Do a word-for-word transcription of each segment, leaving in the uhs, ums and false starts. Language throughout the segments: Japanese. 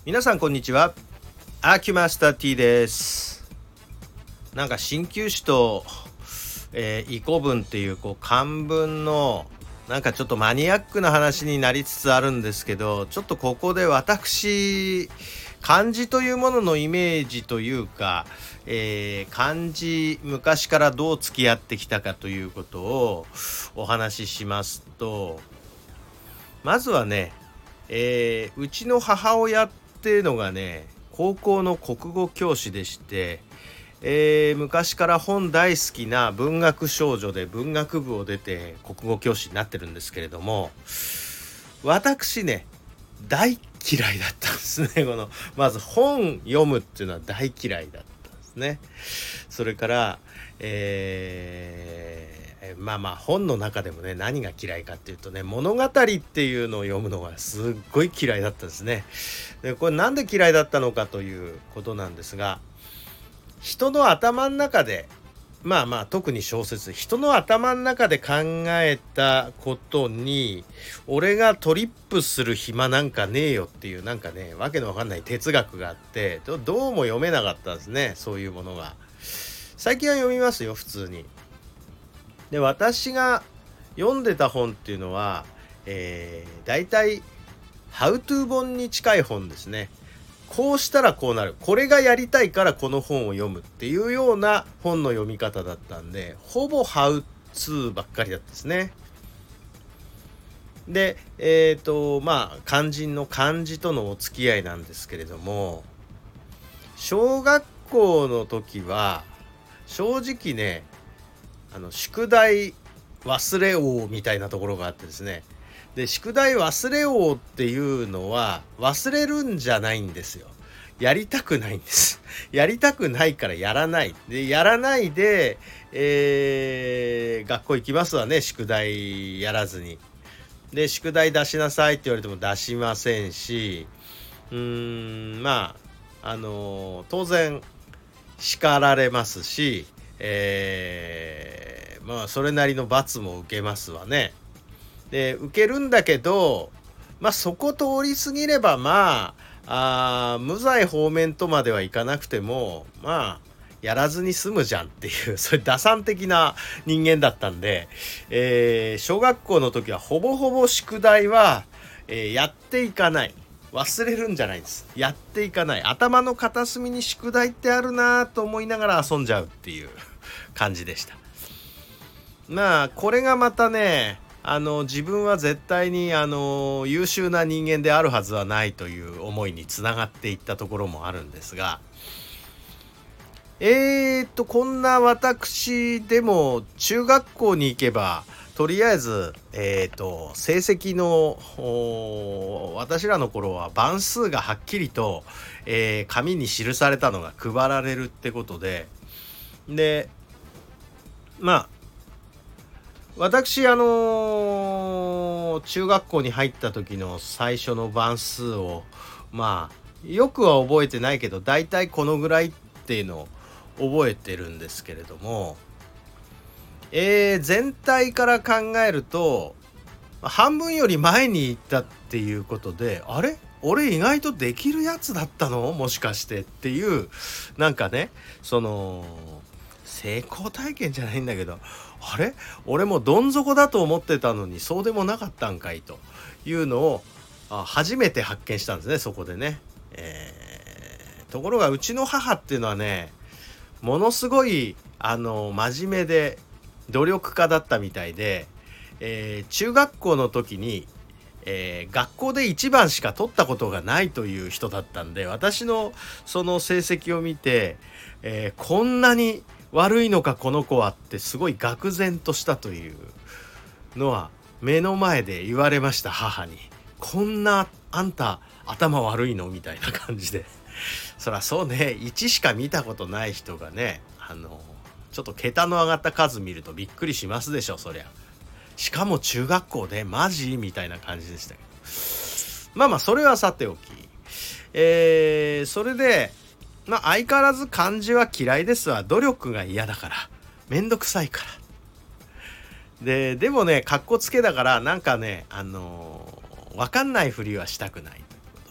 皆さんこんにちは。アキュマスター T です。なんか鍼灸師と、えー、医古文っていうこう漢文のなんかちょっとマニアックな話になりつつあるんですけど、ちょっとここで私漢字というもののイメージというか、えー、漢字昔からどう付き合ってきたかということをお話ししますと、まずはね、えー、うちの母親っていうのがね、高校の国語教師でして、えー、昔から本大好きな文学少女で文学部を出て国語教師になってるんですけれども、私ね大嫌いだったんですね。このまず本読むっていうのは大嫌いだったんですね。それから、えーまあまあ本の中でもね、何が嫌いかっていうとね、物語っていうのを読むのがすっごい嫌いだったんですね。でこれなんで嫌いだったのかということなんですが、人の頭の中で、まあまあ特に小説、人の頭の中で考えたことに俺がトリップする暇なんかねえよっていう、なんかねわけのわかんない哲学があって、どどうも読めなかったんですね、そういうものが。最近は読みますよ、普通に。で私が読んでた本っていうのは、えー、だいたいハウトゥー本に近い本ですね。こうしたらこうなる、これがやりたいからこの本を読むっていうような本の読み方だったんで、ほぼハウツーばっかりだったですね。でえっ、ー、とまあ肝心の漢字とのお付き合いなんですけれども、小学校の時は正直ね、あの宿題忘れ王みたいなところがあってですね。で宿題忘れ王っていうのは忘れるんじゃないんですよ。やりたくないんです。やりたくないからやらない。でやらないで、えー、学校行きますわね、宿題やらずに。で宿題出しなさいって言われても出しませんし、うーんまああのー、当然叱られますし、えー、まあそれなりの罰も受けますわね。で受けるんだけど、まあそこ通り過ぎればまあ、あ無罪放免とまではいかなくても、まあやらずに済むじゃんっていう、それ打算的な人間だったんで、えー、小学校の時はほぼほぼ宿題は、えー、やっていかない。忘れるんじゃないです。やっていかない。頭の片隅に宿題ってあるなと思いながら遊んじゃうっていう感じでした。まあこれがまたね、あの自分は絶対にあの優秀な人間であるはずはないという思いにつながっていったところもあるんですが、えーっとこんな私でも中学校に行けばとりあえず、えー、と成績の私らの頃は番数がはっきりと、えー、紙に記されたのが配られるってことで、でまあ私あのー、中学校に入った時の最初の番数をまあよくは覚えてないけど、だいたいこのぐらいっていうのを覚えてるんですけれども、えー、全体から考えると半分より前に行ったっていうことで、あれ俺意外とできるやつだったのもしかしてっていう、なんかね、その成功体験じゃないんだけど、あれ俺もどん底だと思ってたのにそうでもなかったんかいというのを初めて発見したんですね、そこでね。えー、ところがうちの母っていうのはね、ものすごいあの真面目で努力家だったみたいで、えー、中学校の時に、えー、学校でいちばんしか取ったことがないという人だったんで、私のその成績を見て、えー、こんなに悪いのかこの子はってすごい愕然としたというのは目の前で言われました、母に。こんなあんた頭悪いのみたいな感じで。そらそうね、いちしか見たことない人がね、あのちょっと桁の上がった数見るとびっくりしますでしょ、そりゃ。しかも中学校でマジみたいな感じでしたけど、まあまあそれはさておき、えー、それでまあ相変わらず漢字は嫌いですわ。努力が嫌だから、めんどくさいからで。でもね、かっこつけだからなんかね、あのー、わかんないふりはしたくないというこ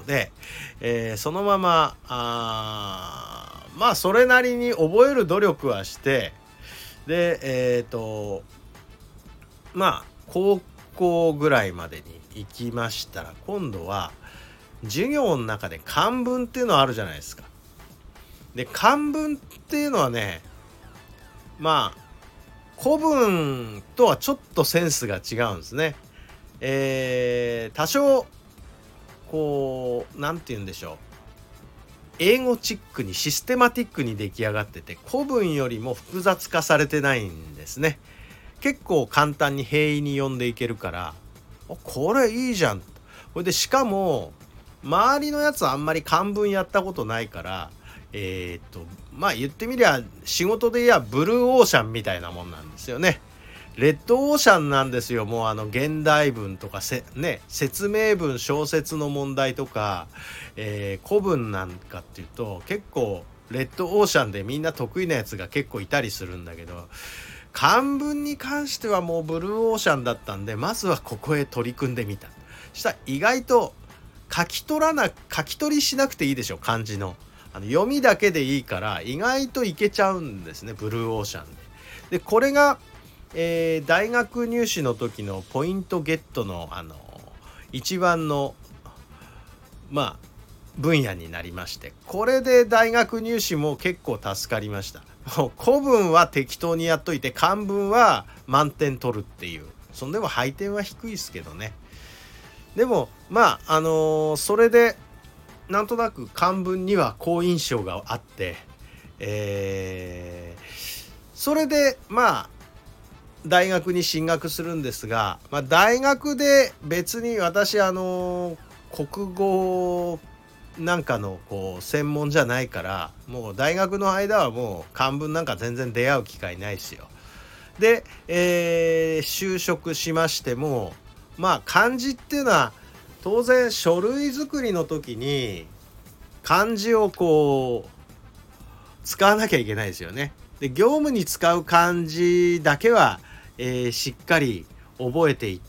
ことで、えー、そのままあまあそれなりに覚える努力はして、でえっとまあ高校ぐらいまでに行きましたら、今度は授業の中で漢文っていうのはあるじゃないですか。で漢文っていうのはね、まあ古文とはちょっとセンスが違うんですね。えー、多少こうなんて言うんでしょう、英語チックにシステマティックに出来上がってて、古文よりも複雑化されてないんですね。結構簡単に平易に読んでいけるから、これいいじゃん。これでしかも周りのやつはあんまり漢文やったことないから、えー、っとまあ言ってみりゃ仕事で言えばブルーオーシャンみたいなもんなんですよね。レッドオーシャンなんですよ。もうあの現代文とかせ、ね、説明文小説の問題とか、えー、古文なんかっていうと結構レッドオーシャンでみんな得意なやつが結構いたりするんだけど、漢文に関してはもうブルーオーシャンだったんで、まずはここへ取り組んでみた。したら意外と書き取らな書き取りしなくていいでしょ、漢字のあの読みだけでいいから意外といけちゃうんですね、ブルーオーシャンで。でこれがえー、大学入試の時のポイントゲットのあの一番のまあ分野になりまして、これで大学入試も結構助かりました。もう古文は適当にやっといて漢文は満点取るっていう、そんでも配点は低いですけどね。でもまああのー、それでなんとなく漢文には好印象があって、えー、それでまあ大学に進学するんですが、まあ、大学で別に私あの国語なんかのこう専門じゃないから、もう大学の間はもう漢文なんか全然出会う機会ないですよ。で、えー、就職しましても、まあ漢字っていうのは当然書類作りの時に漢字をこう使わなきゃいけないですよね。で業務に使う漢字だけはえー、しっかり覚えていって、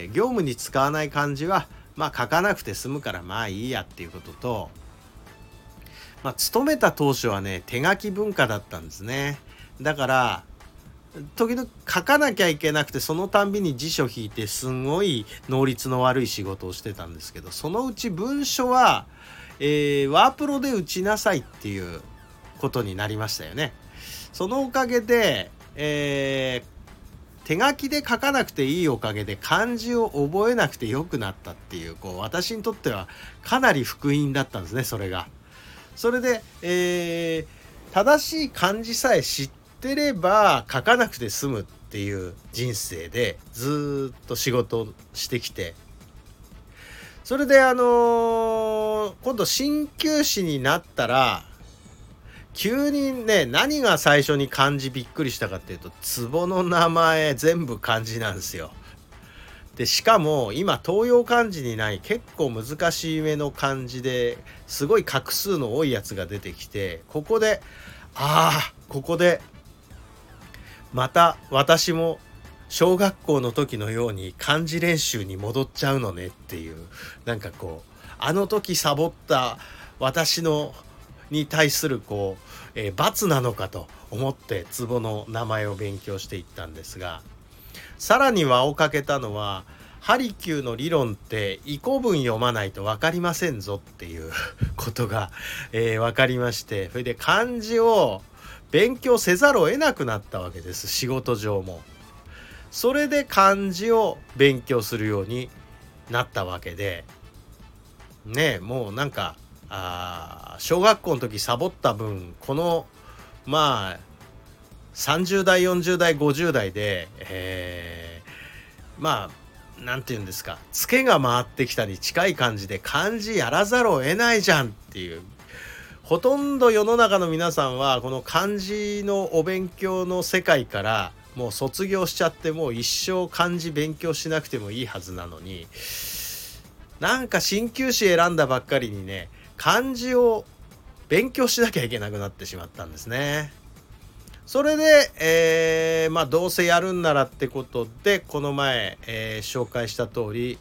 業務に使わない漢字はまあ書かなくて済むからまあいいやっていうことと、まあ勤めた当初はね手書き文化だったんですね。だから時々書かなきゃいけなくて、そのたんびに辞書引いてすんごい能率の悪い仕事をしてたんですけど、そのうち文書は、えー、ワープロで打ちなさいっていうことになりましたよね。そのおかげで、えー手書きで書かなくていいおかげで漢字を覚えなくてよくなったっていう、こう私にとってはかなり福音だったんですね、それが。それで、えー、正しい漢字さえ知ってれば書かなくて済むっていう人生でずっと仕事をしてきて、それであのー、今度鍼灸師になったら急にね、何が最初に漢字びっくりしたかっていうと、壺の名前全部漢字なんですよ。でしかも今東洋漢字にない結構難しいめの漢字ですごい画数の多いやつが出てきて、ここでああここでまた私も小学校の時のように漢字練習に戻っちゃうのねっていう、なんかこうあの時サボった私のに対するこう、えー、罰なのかと思って壺の名前を勉強していったんですが、さらに輪をかけたのはハリキューの理論って異古文読まないと分かりませんぞっていうことが、えー、分かりまして、それで漢字を勉強せざるを得なくなったわけです、仕事上も。それで漢字を勉強するようになったわけでね。もうなんかあ小学校の時サボった分、このまあさんじゅう代よんじゅう代ごじゅう代で、えー、まあなんて言うんですか、ツケが回ってきたに近い感じで漢字やらざるを得ないじゃんっていう。ほとんど世の中の皆さんはこの漢字のお勉強の世界からもう卒業しちゃって、もう一生漢字勉強しなくてもいいはずなのに、なんか鍼灸師選んだばっかりにね、漢字を勉強しなきゃいけなくなってしまったんですね。それで、えー、まあどうせやるんならってことで、この前、えー、紹介した通り、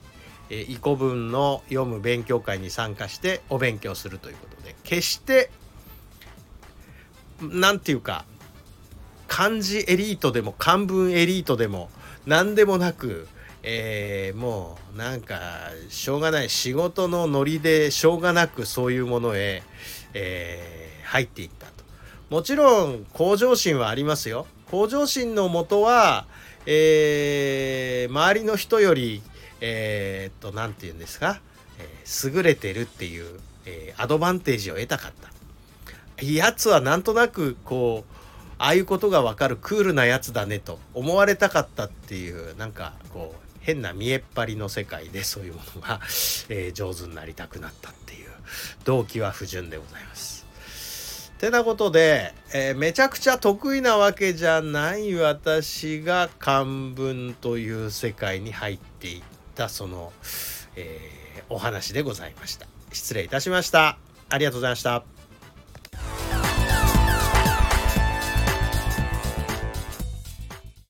えー、異古文の読む勉強会に参加してお勉強するということで、決してなんていうか漢字エリートでも漢文エリートでも何でもなく、えー、もうなんかしょうがない仕事のノリでしょうがなくそういうものへ、えー、入っていったと。もちろん向上心はありますよ。向上心のもとは、えー、周りの人よりえー、っとなんて言うんですか、えー、優れてるっていう、えー、アドバンテージを得たかった。やつはなんとなくこうああいうことがわかるクールなやつだねと思われたかったっていう、なんかこう変な見えっ張りの世界でそういうものが、えー、上手になりたくなったっていう動機は不純でございます。てなことで、えー、めちゃくちゃ得意なわけじゃない私が漢文という世界に入っていったその、えー、お話でございました。失礼いたしました。ありがとうございました。